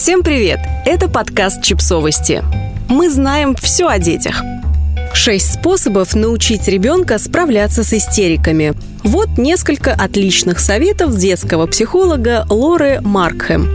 Всем привет! Это подкаст «Чипсовости». Мы знаем все о детях. 6 способов научить ребенка справляться с истериками. Вот несколько отличных советов детского психолога Лоры Маркхэм.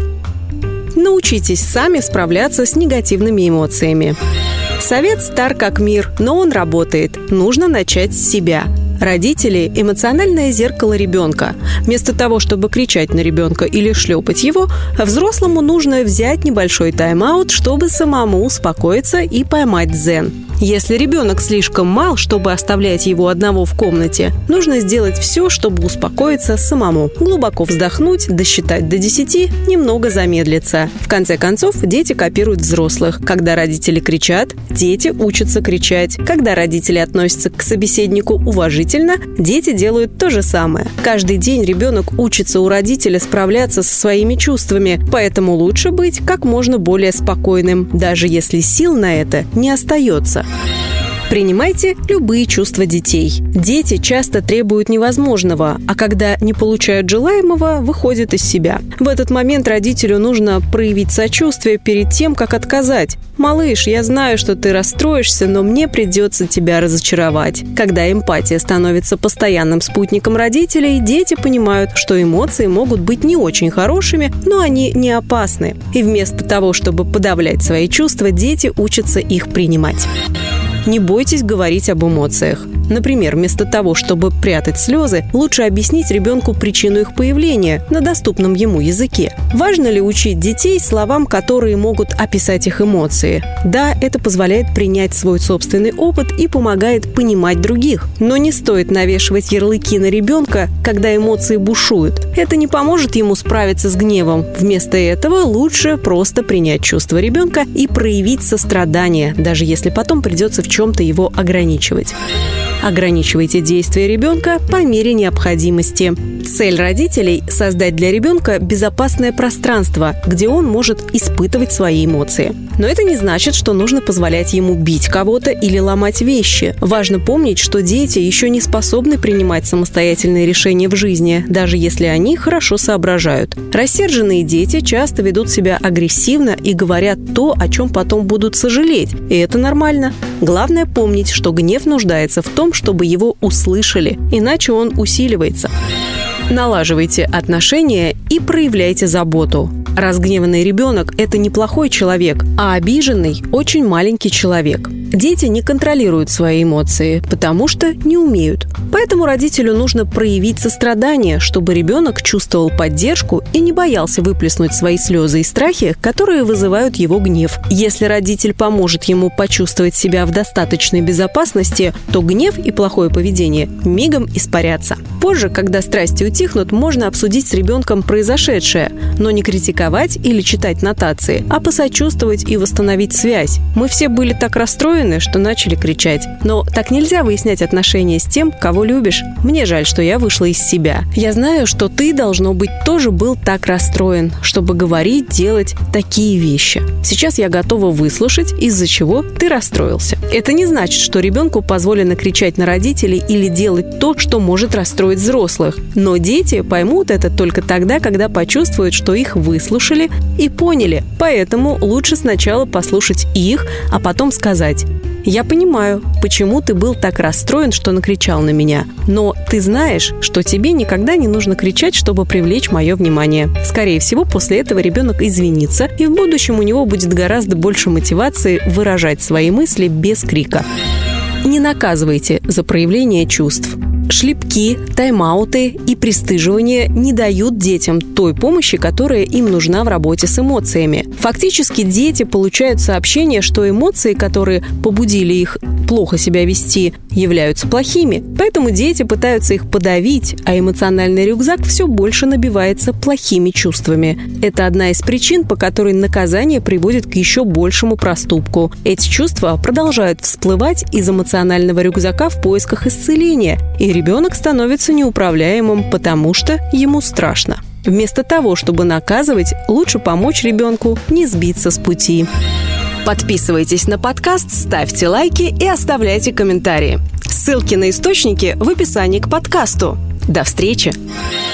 Научитесь сами справляться с негативными эмоциями. Совет стар как мир, но он работает. Нужно начать с себя. Родители – эмоциональное зеркало ребенка. Вместо того, чтобы кричать на ребенка или шлепать его, взрослому нужно взять небольшой тайм-аут, чтобы самому успокоиться и поймать дзен. Если ребенок слишком мал, чтобы оставлять его одного в комнате, нужно сделать все, чтобы успокоиться самому. Глубоко вздохнуть, досчитать до 10, немного замедлиться. В конце концов, дети копируют взрослых. Когда родители кричат, дети учатся кричать. Когда родители относятся к собеседнику уважительно, дети делают то же самое. Каждый день ребенок учится у родителя справляться со своими чувствами, поэтому лучше быть как можно более спокойным, даже если сил на это не остается. Принимайте любые чувства детей. Дети часто требуют невозможного, а когда не получают желаемого, выходят из себя. В этот момент родителю нужно проявить сочувствие перед тем, как отказать. «Малыш, я знаю, что ты расстроишься, но мне придется тебя разочаровать». Когда эмпатия становится постоянным спутником родителей, дети понимают, что эмоции могут быть не очень хорошими, но они не опасны. И вместо того, чтобы подавлять свои чувства, дети учатся их принимать. Не бойтесь говорить об эмоциях. Например, вместо того, чтобы прятать слезы, лучше объяснить ребенку причину их появления на доступном ему языке. Важно ли учить детей словам, которые могут описать их эмоции? Да, это позволяет принять свой собственный опыт и помогает понимать других. Но не стоит навешивать ярлыки на ребенка, когда эмоции бушуют. Это не поможет ему справиться с гневом. Вместо этого лучше просто принять чувства ребенка и проявить сострадание, даже если потом придется в чем-то его ограничивать. Ограничивайте действия ребенка по мере необходимости. Цель родителей – создать для ребенка безопасное пространство, где он может испытывать свои эмоции. Но это не значит, что нужно позволять ему бить кого-то или ломать вещи. Важно помнить, что дети еще не способны принимать самостоятельные решения в жизни, даже если они хорошо соображают. Рассерженные дети часто ведут себя агрессивно и говорят то, о чем потом будут сожалеть. И это нормально. Главное помнить, что гнев нуждается в том, чтобы его услышали, иначе он усиливается. Налаживайте отношения и проявляйте заботу. Разгневанный ребенок – это не плохой человек, а обиженный – очень маленький человек. Дети не контролируют свои эмоции, потому что не умеют. Поэтому родителю нужно проявить сострадание, чтобы ребенок чувствовал поддержку и не боялся выплеснуть свои слезы и страхи, которые вызывают его гнев. Если родитель поможет ему почувствовать себя в достаточной безопасности, то гнев и плохое поведение мигом испарятся. Позже, когда страсти утихнут, можно обсудить с ребенком произошедшее, но не критиковать или читать нотации, а посочувствовать и восстановить связь. Мы все были так расстроены, что начали кричать. Но так нельзя выяснять отношения с тем, кого любишь. Мне жаль, что я вышла из себя. Я знаю, что ты, должно быть, тоже был так расстроен, чтобы говорить, делать такие вещи. Сейчас я готова выслушать, из-за чего ты расстроился. Это не значит, что ребенку позволено кричать на родителей или делать то, что может расстроить взрослых. Но дети поймут это только тогда, когда почувствуют, что их выслушали и поняли. Поэтому лучше сначала послушать их, а потом сказать: «Я понимаю, почему ты был так расстроен, что накричал на меня. Но ты знаешь, что тебе никогда не нужно кричать, чтобы привлечь мое внимание». Скорее всего, после этого ребенок извинится, и в будущем у него будет гораздо больше мотивации выражать свои мысли без крика. Не наказывайте за проявление чувств. Шлепки, тайм-ауты и пристыживание не дают детям той помощи, которая им нужна в работе с эмоциями. Фактически дети получают сообщение, что эмоции, которые побудили их плохо себя вести, являются плохими. Поэтому дети пытаются их подавить, а эмоциональный рюкзак все больше набивается плохими чувствами. Это одна из причин, по которой наказание приводит к еще большему проступку. Эти чувства продолжают всплывать из эмоционального рюкзака в поисках исцеления, и ребенок становится неуправляемым, потому что ему страшно. Вместо того, чтобы наказывать, лучше помочь ребенку не сбиться с пути. Подписывайтесь на подкаст, ставьте лайки и оставляйте комментарии. Ссылки на источники в описании к подкасту. До встречи!